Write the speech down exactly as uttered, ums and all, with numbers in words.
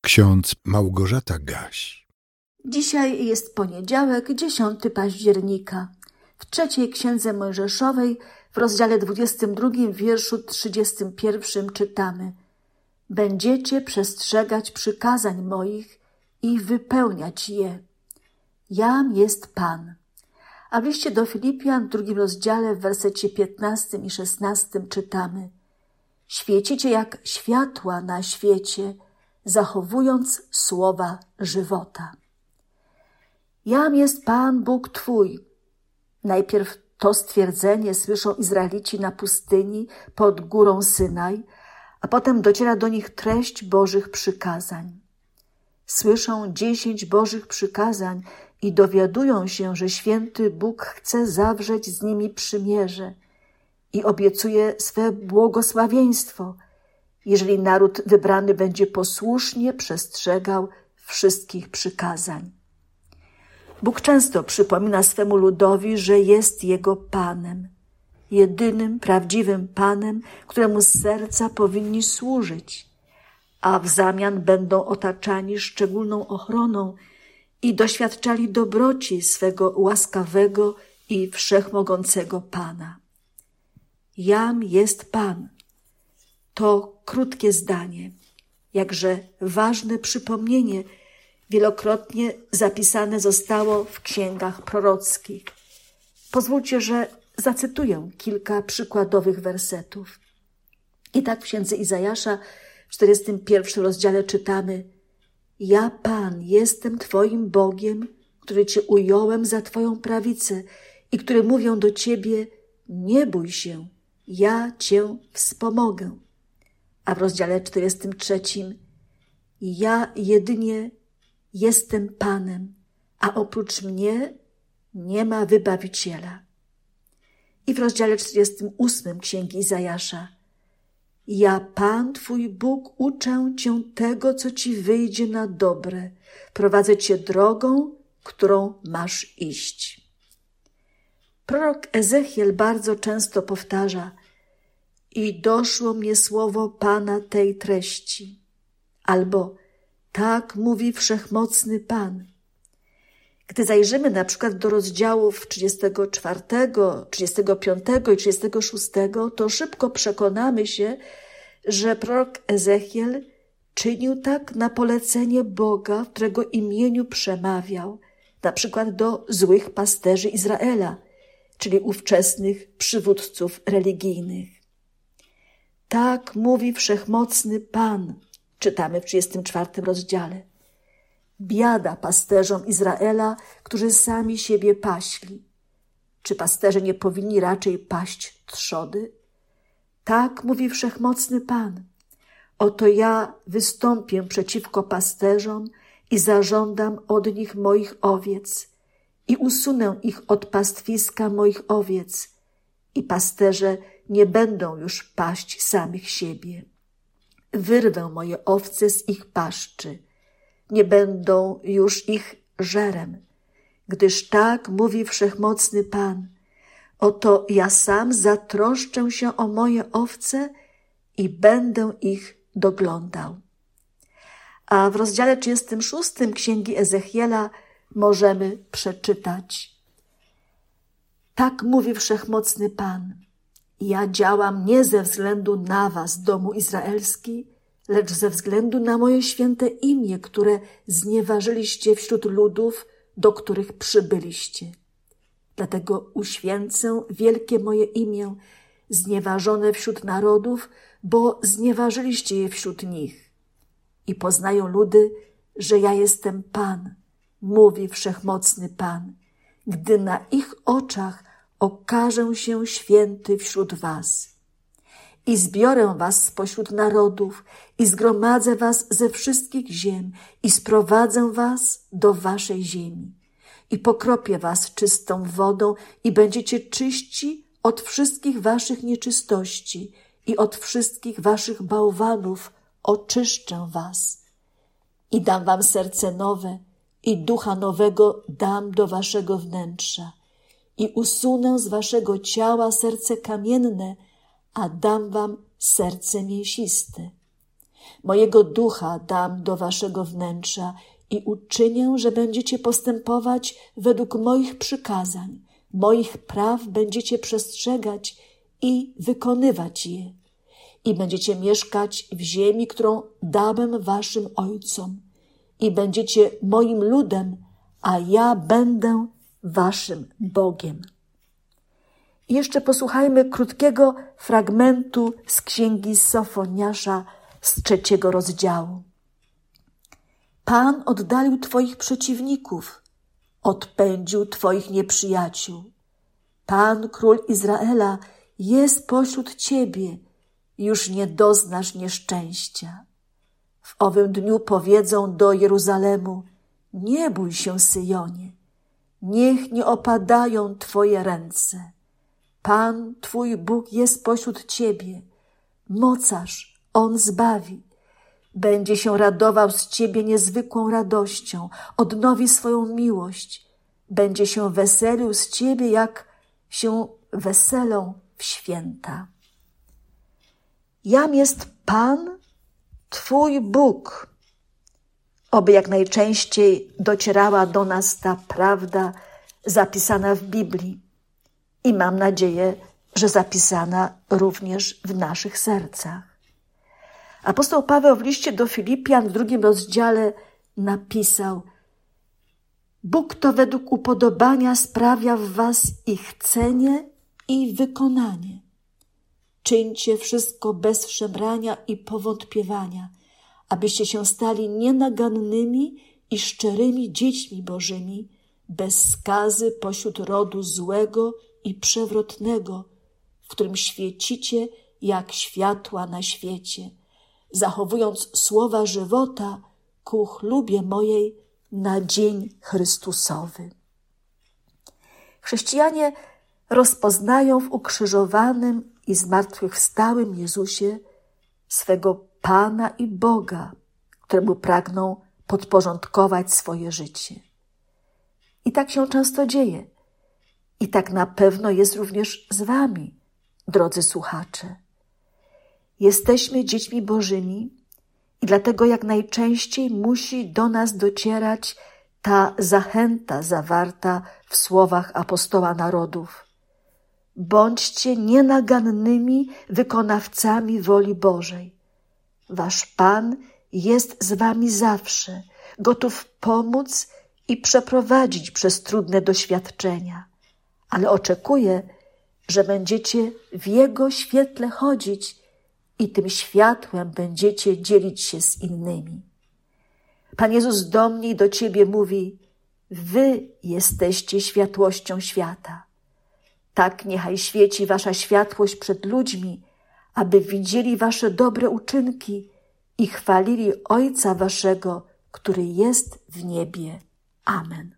Ksiądz Małgorzata Gaś. Dzisiaj jest poniedziałek, dziesiątego października. W trzeciej księdze Mojżeszowej, w rozdziale dwudziestym drugim, wierszu trzydziestym pierwszym czytamy: Będziecie przestrzegać przykazań moich i wypełniać je. Jam jest Pan. A w liście do Filipian w drugim rozdziale, w wersecie piętnastym i szesnastym czytamy: Świecicie jak światła na świecie, zachowując słowa żywota. Jam jest Pan Bóg Twój. Najpierw to stwierdzenie słyszą Izraelici na pustyni pod górą Synaj, a potem dociera do nich treść Bożych przykazań. Słyszą dziesięć Bożych przykazań i dowiadują się, że święty Bóg chce zawrzeć z nimi przymierze i obiecuje swe błogosławieństwo, jeżeli naród wybrany będzie posłusznie przestrzegał wszystkich przykazań. Bóg często przypomina swemu ludowi, że jest jego Panem, jedynym prawdziwym Panem, któremu z serca powinni służyć, a w zamian będą otaczani szczególną ochroną i doświadczali dobroci swego łaskawego i wszechmogącego Pana. Jam jest Pan. To krótkie zdanie, jakże ważne przypomnienie, wielokrotnie zapisane zostało w księgach prorockich. Pozwólcie, że zacytuję kilka przykładowych wersetów. I tak w księdze Izajasza w czterdziestym pierwszym rozdziale czytamy: Ja, Pan, jestem Twoim Bogiem, który Cię ująłem za Twoją prawicę i który mówią do Ciebie: nie bój się, ja Cię wspomogę. A w rozdziale czterdziestym trzecim: Ja jedynie jestem Panem, a oprócz mnie nie ma wybawiciela. I w rozdziale czterdziestym ósmym księgi Izajasza: Ja, Pan Twój Bóg, uczę Cię tego, co Ci wyjdzie na dobre. Prowadzę Cię drogą, którą masz iść. Prorok Ezechiel bardzo często powtarza: I doszło mnie słowo Pana tej treści. Albo: tak mówi wszechmocny Pan. Gdy zajrzymy na przykład do rozdziałów trzydziestego czwartego, trzydziestego piątego i trzydziestego szóstego, to szybko przekonamy się, że prorok Ezechiel czynił tak na polecenie Boga, w którego imieniu przemawiał, na przykład do złych pasterzy Izraela, czyli ówczesnych przywódców religijnych. Tak mówi wszechmocny Pan, czytamy w trzydziestym czwartym rozdziale. Biada pasterzom Izraela, którzy sami siebie paśli. Czy pasterze nie powinni raczej paść trzody? Tak mówi wszechmocny Pan. Oto ja wystąpię przeciwko pasterzom i zażądam od nich moich owiec i usunę ich od pastwiska moich owiec i pasterze nie będą już paść samych siebie. Wyrwę moje owce z ich paszczy, nie będą już ich żerem, gdyż tak mówi wszechmocny Pan. Oto ja sam zatroszczę się o moje owce i będę ich doglądał. A w rozdziale trzydziestym szóstym księgi Ezechiela możemy przeczytać: tak mówi wszechmocny Pan. Ja działam nie ze względu na was, domu izraelski, lecz ze względu na moje święte imię, które znieważyliście wśród ludów, do których przybyliście. Dlatego uświęcę wielkie moje imię, znieważone wśród narodów, bo znieważyliście je wśród nich. I poznają ludy, że ja jestem Pan, mówi wszechmocny Pan, gdy na ich oczach okażę się święty wśród was. I zbiorę was spośród narodów i zgromadzę was ze wszystkich ziem i sprowadzę was do waszej ziemi. I pokropię was czystą wodą i będziecie czyści od wszystkich waszych nieczystości i od wszystkich waszych bałwanów oczyszczę was. I dam wam serce nowe i ducha nowego dam do waszego wnętrza. I usunę z waszego ciała serce kamienne, a dam wam serce mięsiste. Mojego ducha dam do waszego wnętrza i uczynię, że będziecie postępować według moich przykazań, moich praw będziecie przestrzegać i wykonywać je. I będziecie mieszkać w ziemi, którą dałem waszym ojcom. I będziecie moim ludem, a ja będę waszym Bogiem. I jeszcze posłuchajmy krótkiego fragmentu z Księgi Sofoniasza z trzeciego rozdziału. Pan oddalił twoich przeciwników, odpędził twoich nieprzyjaciół. Pan, król Izraela, jest pośród ciebie, już nie doznasz nieszczęścia. W owym dniu powiedzą do Jeruzalemu: nie bój się, Syjonie, niech nie opadają twoje ręce. Pan, twój Bóg, jest pośród ciebie, mocarz, On zbawi. Będzie się radował z ciebie niezwykłą radością, odnowi swoją miłość. Będzie się weselił z ciebie, jak się weselą w święta. Jam jest Pan, twój Bóg. Oby jak najczęściej docierała do nas ta prawda zapisana w Biblii. I mam nadzieję, że zapisana również w naszych sercach. Apostoł Paweł w liście do Filipian w drugim rozdziale napisał: Bóg to według upodobania sprawia w was i chcenie, i wykonanie. Czyńcie wszystko bez szemrania i powątpiewania, abyście się stali nienagannymi i szczerymi dziećmi Bożymi, bez skazy pośród rodu złego i przewrotnego, w którym świecicie jak światła na świecie, zachowując słowa żywota ku chlubie mojej na dzień Chrystusowy. Chrześcijanie rozpoznają w ukrzyżowanym i zmartwychwstałym Jezusie swego Pana i Boga, któremu pragną podporządkować swoje życie. I tak się często dzieje. I tak na pewno jest również z wami, drodzy słuchacze. Jesteśmy dziećmi Bożymi i dlatego jak najczęściej musi do nas docierać ta zachęta zawarta w słowach apostoła narodów. Bądźcie nienagannymi wykonawcami woli Bożej. Wasz Pan jest z wami zawsze, gotów pomóc i przeprowadzić przez trudne doświadczenia, ale oczekuje, że będziecie w Jego świetle chodzić i tym światłem będziecie dzielić się z innymi. Pan Jezus do mnie i do ciebie mówi: wy jesteście światłością świata. Tak niechaj świeci wasza światłość przed ludźmi, aby widzieli wasze dobre uczynki i chwalili Ojca waszego, który jest w niebie. Amen.